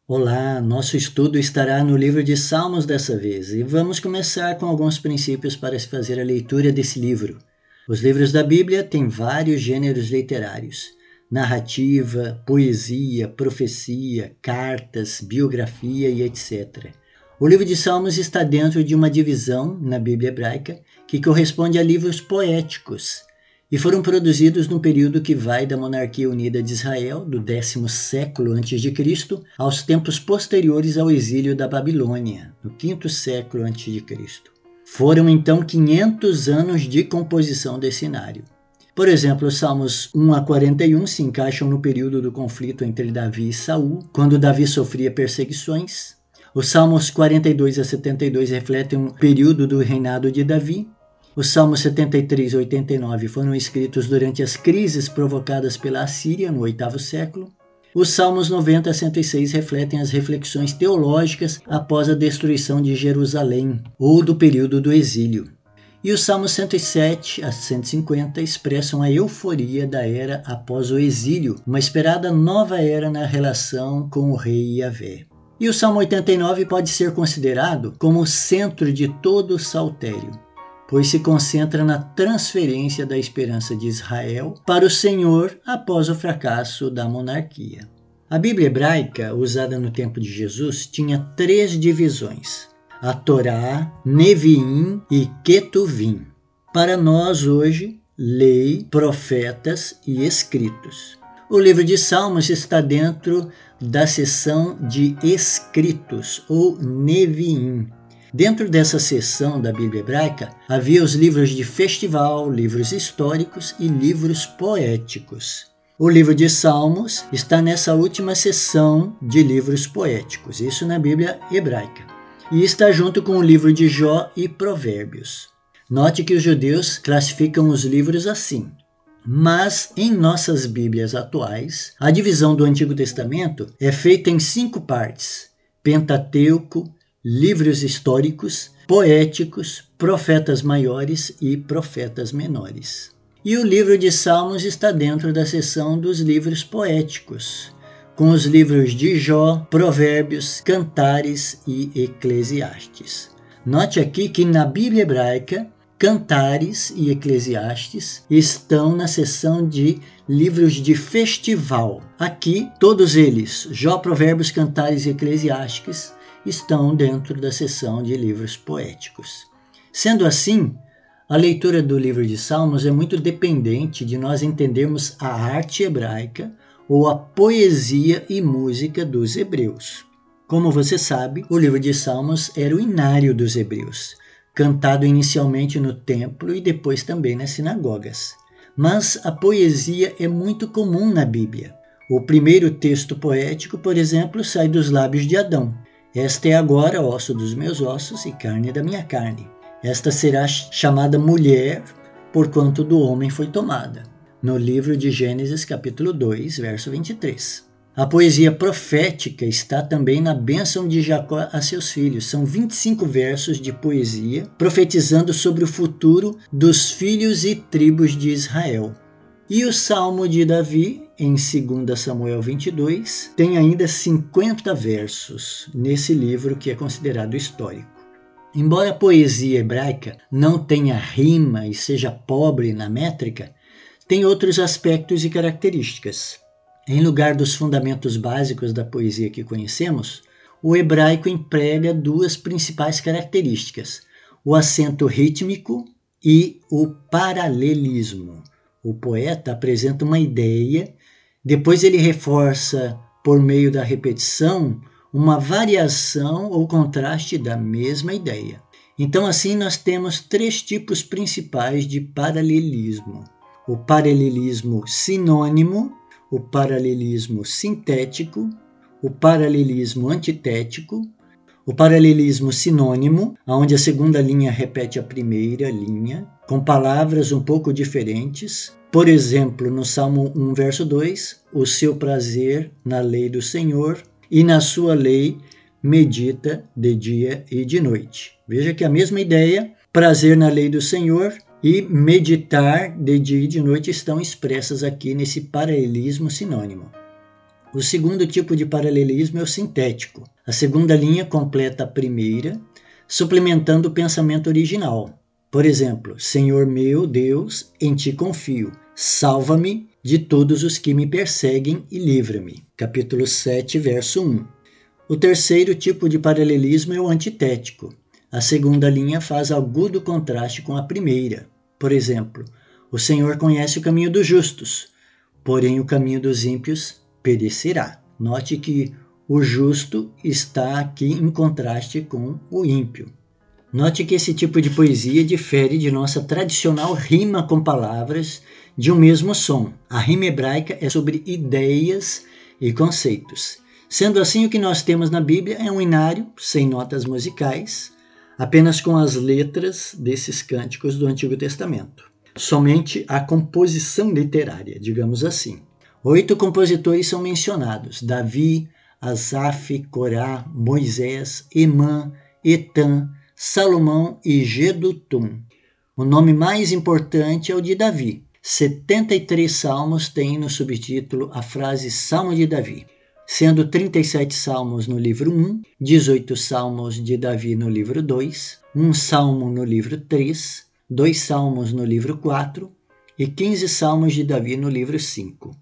Olá, nosso estudo estará no livro de Salmos dessa vez e vamos começar com alguns princípios para se fazer a leitura desse livro. Os livros da Bíblia têm vários gêneros literários: narrativa, poesia, profecia, cartas, biografia e etc. O livro de Salmos está dentro de uma divisão na Bíblia hebraica que corresponde a livros poéticos e foram produzidos no período que vai da monarquia unida de Israel, do 10º século a.C., aos tempos posteriores ao exílio da Babilônia, no 5º século a.C. Foram então 500 anos de composição desse cenário. Por exemplo, os Salmos 1 a 41 se encaixam no período do conflito entre Davi e Saul, quando Davi sofria perseguições. Os Salmos 42 a 72 refletem um período do reinado de Davi. Os Salmos 73 e 89 foram escritos durante as crises provocadas pela Assíria no 8º século. Os Salmos 90 a 106 refletem as reflexões teológicas após a destruição de Jerusalém ou do período do exílio. E os Salmos 107 a 150 expressam a euforia da era após o exílio, uma esperada nova era na relação com o rei Yahvé. E o Salmo 89 pode ser considerado como o centro de todo o saltério, pois se concentra na transferência da esperança de Israel para o Senhor após o fracasso da monarquia. A Bíblia hebraica, usada no tempo de Jesus, tinha 3 divisões: a Torá, Neviim e Ketuvim. Para nós hoje, lei, profetas e escritos. O livro de Salmos está dentro da seção de escritos, ou Neviim. Dentro dessa seção da Bíblia hebraica, havia os livros de festival, livros históricos e livros poéticos. O livro de Salmos está nessa última seção de livros poéticos, isso na Bíblia hebraica, e está junto com o livro de Jó e Provérbios. Note que os judeus classificam os livros assim: mas em nossas Bíblias atuais, a divisão do Antigo Testamento é feita em 5 partes: Pentateuco, livros históricos, poéticos, profetas maiores e profetas menores. E o livro de Salmos está dentro da seção dos livros poéticos, com os livros de Jó, Provérbios, Cantares e Eclesiastes. Note aqui que na Bíblia hebraica, Cantares e Eclesiastes estão na seção de livros de festival. Aqui, todos eles, Jó, Provérbios, Cantares e Eclesiastes, estão dentro da seção de livros poéticos. Sendo assim, a leitura do livro de Salmos é muito dependente de nós entendermos a arte hebraica ou a poesia e música dos hebreus. Como você sabe, o livro de Salmos era o inário dos hebreus, cantado inicialmente no templo e depois também nas sinagogas. Mas a poesia é muito comum na Bíblia. O primeiro texto poético, por exemplo, sai dos lábios de Adão. Esta é agora osso dos meus ossos e carne da minha carne. Esta será chamada mulher, porquanto do homem foi tomada. No livro de Gênesis, capítulo 2, verso 23. A poesia profética está também na bênção de Jacó a seus filhos. São 25 versos de poesia profetizando sobre o futuro dos filhos e tribos de Israel. E o Salmo de Davi, em 2 Samuel 22, tem ainda 50 versos nesse livro que é considerado histórico. Embora a poesia hebraica não tenha rima e seja pobre na métrica, tem outros aspectos e características. Em lugar dos fundamentos básicos da poesia que conhecemos, o hebraico emprega 2 principais características: o acento rítmico e o paralelismo. O poeta apresenta uma ideia, depois ele reforça, por meio da repetição, uma variação ou contraste da mesma ideia. Então, assim, nós temos 3 tipos principais de paralelismo: o paralelismo sinônimo, o paralelismo sintético, o paralelismo antitético, o paralelismo sinônimo, onde a segunda linha repete a primeira linha, com palavras um pouco diferentes. Por exemplo, no Salmo 1, verso 2, o seu prazer na lei do Senhor e na sua lei medita de dia e de noite. Veja que a mesma ideia, prazer na lei do Senhor e meditar de dia e de noite, estão expressas aqui nesse paralelismo sinônimo. O segundo tipo de paralelismo é o sintético. A segunda linha completa a primeira, suplementando o pensamento original. Por exemplo, Senhor meu Deus, em ti confio. Salva-me de todos os que me perseguem e livra-me. Capítulo 7, verso 1. O terceiro tipo de paralelismo é o antitético. A segunda linha faz agudo contraste com a primeira. Por exemplo, o Senhor conhece o caminho dos justos, porém o caminho dos ímpios perecerá. Note que o justo está aqui em contraste com o ímpio. Note que esse tipo de poesia difere de nossa tradicional rima com palavras de um mesmo som. A rima hebraica é sobre ideias e conceitos. Sendo assim, o que nós temos na Bíblia é um inário sem notas musicais, apenas com as letras desses cânticos do Antigo Testamento. Somente a composição literária, digamos assim. 8 compositores são mencionados: Davi, Asaf, Corá, Moisés, Emã, Etã, Salomão e Jedutum. O nome mais importante é o de Davi. 73 salmos têm no subtítulo a frase Salmo de Davi, sendo 37 salmos no livro 1, 18 salmos de Davi no livro 2, 1 salmo no livro 3, 2 salmos no livro 4 e 15 salmos de Davi no livro 5.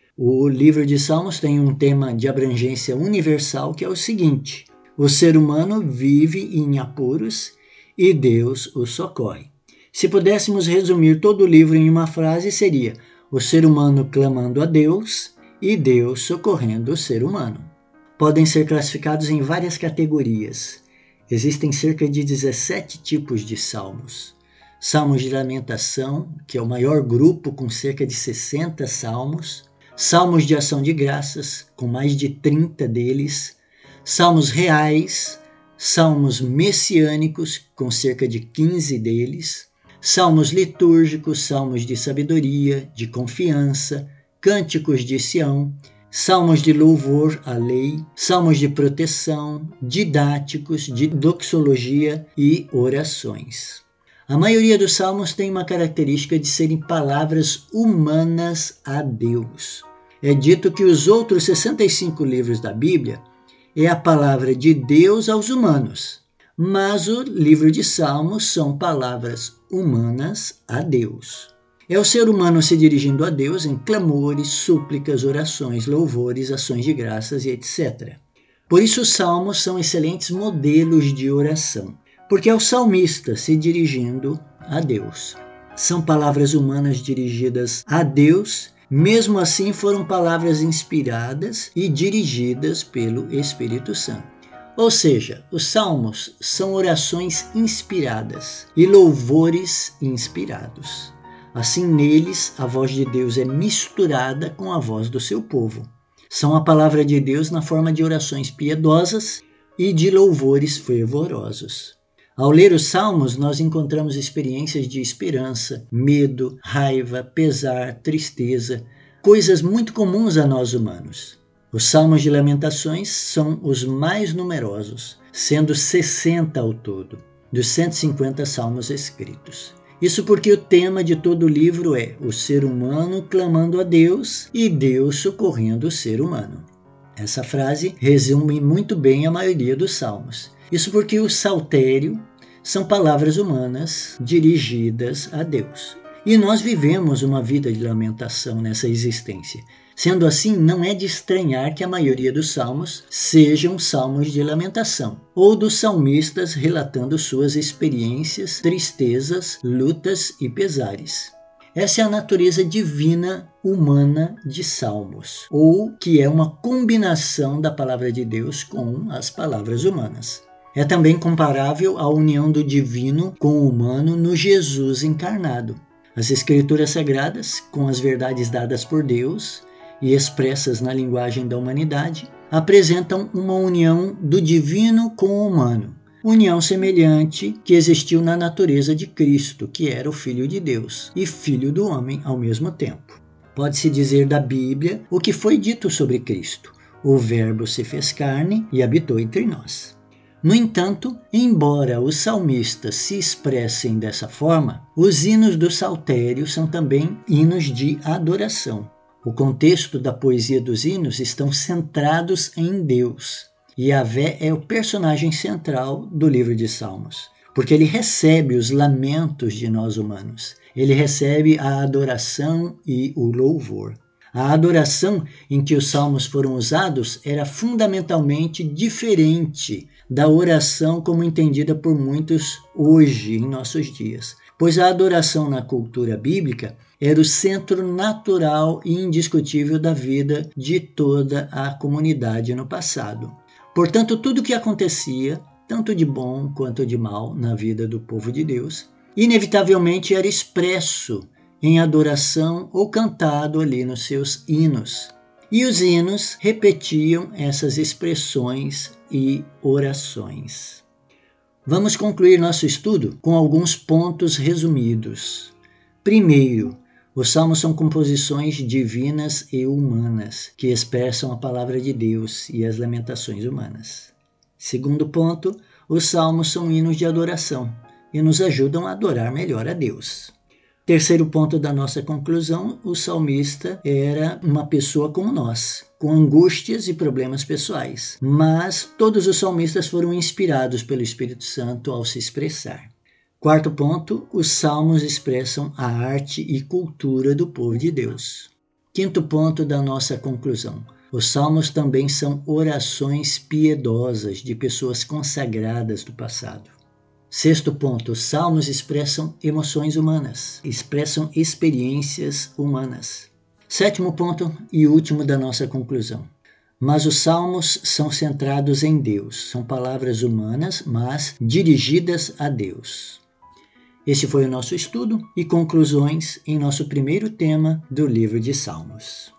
O livro de Salmos tem um tema de abrangência universal que é o seguinte: o ser humano vive em apuros e Deus o socorre. Se pudéssemos resumir todo o livro em uma frase, seria: o ser humano clamando a Deus e Deus socorrendo o ser humano. Podem ser classificados em várias categorias. Existem cerca de 17 tipos de salmos. Salmos de lamentação, que é o maior grupo com cerca de 60 salmos. Salmos de ação de graças, com mais de 30 deles. Salmos reais, salmos messiânicos, com cerca de 15 deles. Salmos litúrgicos, salmos de sabedoria, de confiança, cânticos de Sião, salmos de louvor à lei, salmos de proteção, didáticos, de doxologia e orações. A maioria dos salmos tem uma característica de serem palavras humanas a Deus. É dito que os outros 65 livros da Bíblia é a palavra de Deus aos humanos, mas o livro de Salmos são palavras humanas a Deus. É o ser humano se dirigindo a Deus em clamores, súplicas, orações, louvores, ações de graças e etc. Por isso os salmos são excelentes modelos de oração, porque é o salmista se dirigindo a Deus. São palavras humanas dirigidas a Deus, mesmo assim foram palavras inspiradas e dirigidas pelo Espírito Santo. Ou seja, os salmos são orações inspiradas e louvores inspirados. Assim, neles, a voz de Deus é misturada com a voz do seu povo. São a palavra de Deus na forma de orações piedosas e de louvores fervorosos. Ao ler os salmos, nós encontramos experiências de esperança, medo, raiva, pesar, tristeza, coisas muito comuns a nós humanos. Os salmos de lamentações são os mais numerosos, sendo 60 ao todo, dos 150 salmos escritos. Isso porque o tema de todo o livro é o ser humano clamando a Deus e Deus socorrendo o ser humano. Essa frase resume muito bem a maioria dos salmos. Isso porque o saltério são palavras humanas dirigidas a Deus. E nós vivemos uma vida de lamentação nessa existência. Sendo assim, não é de estranhar que a maioria dos salmos sejam salmos de lamentação, ou dos salmistas relatando suas experiências, tristezas, lutas e pesares. Essa é a natureza divina humana de salmos, ou que é uma combinação da palavra de Deus com as palavras humanas. É também comparável à união do divino com o humano no Jesus encarnado. As Escrituras Sagradas, com as verdades dadas por Deus e expressas na linguagem da humanidade, apresentam uma união do divino com o humano, união semelhante que existiu na natureza de Cristo, que era o Filho de Deus e Filho do homem ao mesmo tempo. Pode-se dizer da Bíblia o que foi dito sobre Cristo: o Verbo se fez carne e habitou entre nós. No entanto, embora os salmistas se expressem dessa forma, os hinos do saltério são também hinos de adoração. O contexto da poesia dos hinos estão centrados em Deus. E Yahvé é o personagem central do livro de Salmos, porque ele recebe os lamentos de nós humanos. Ele recebe a adoração e o louvor. A adoração em que os salmos foram usados era fundamentalmente diferente da oração como entendida por muitos hoje, em nossos dias. Pois a adoração na cultura bíblica era o centro natural e indiscutível da vida de toda a comunidade no passado. Portanto, tudo o que acontecia, tanto de bom quanto de mal, na vida do povo de Deus, inevitavelmente era expresso em adoração ou cantado ali nos seus hinos. E os hinos repetiam essas expressões e orações. Vamos concluir nosso estudo com alguns pontos resumidos. Primeiro, os salmos são composições divinas e humanas, que expressam a palavra de Deus e as lamentações humanas. Segundo ponto, os salmos são hinos de adoração e nos ajudam a adorar melhor a Deus. Terceiro ponto da nossa conclusão, o salmista era uma pessoa como nós, com angústias e problemas pessoais, mas todos os salmistas foram inspirados pelo Espírito Santo ao se expressar. Quarto ponto, os salmos expressam a arte e cultura do povo de Deus. Quinto ponto da nossa conclusão, os salmos também são orações piedosas de pessoas consagradas do passado. Sexto ponto, os salmos expressam emoções humanas, expressam experiências humanas. Sétimo ponto e último da nossa conclusão. Mas os salmos são centrados em Deus, são palavras humanas, mas dirigidas a Deus. Esse foi o nosso estudo e conclusões em nosso primeiro tema do livro de Salmos.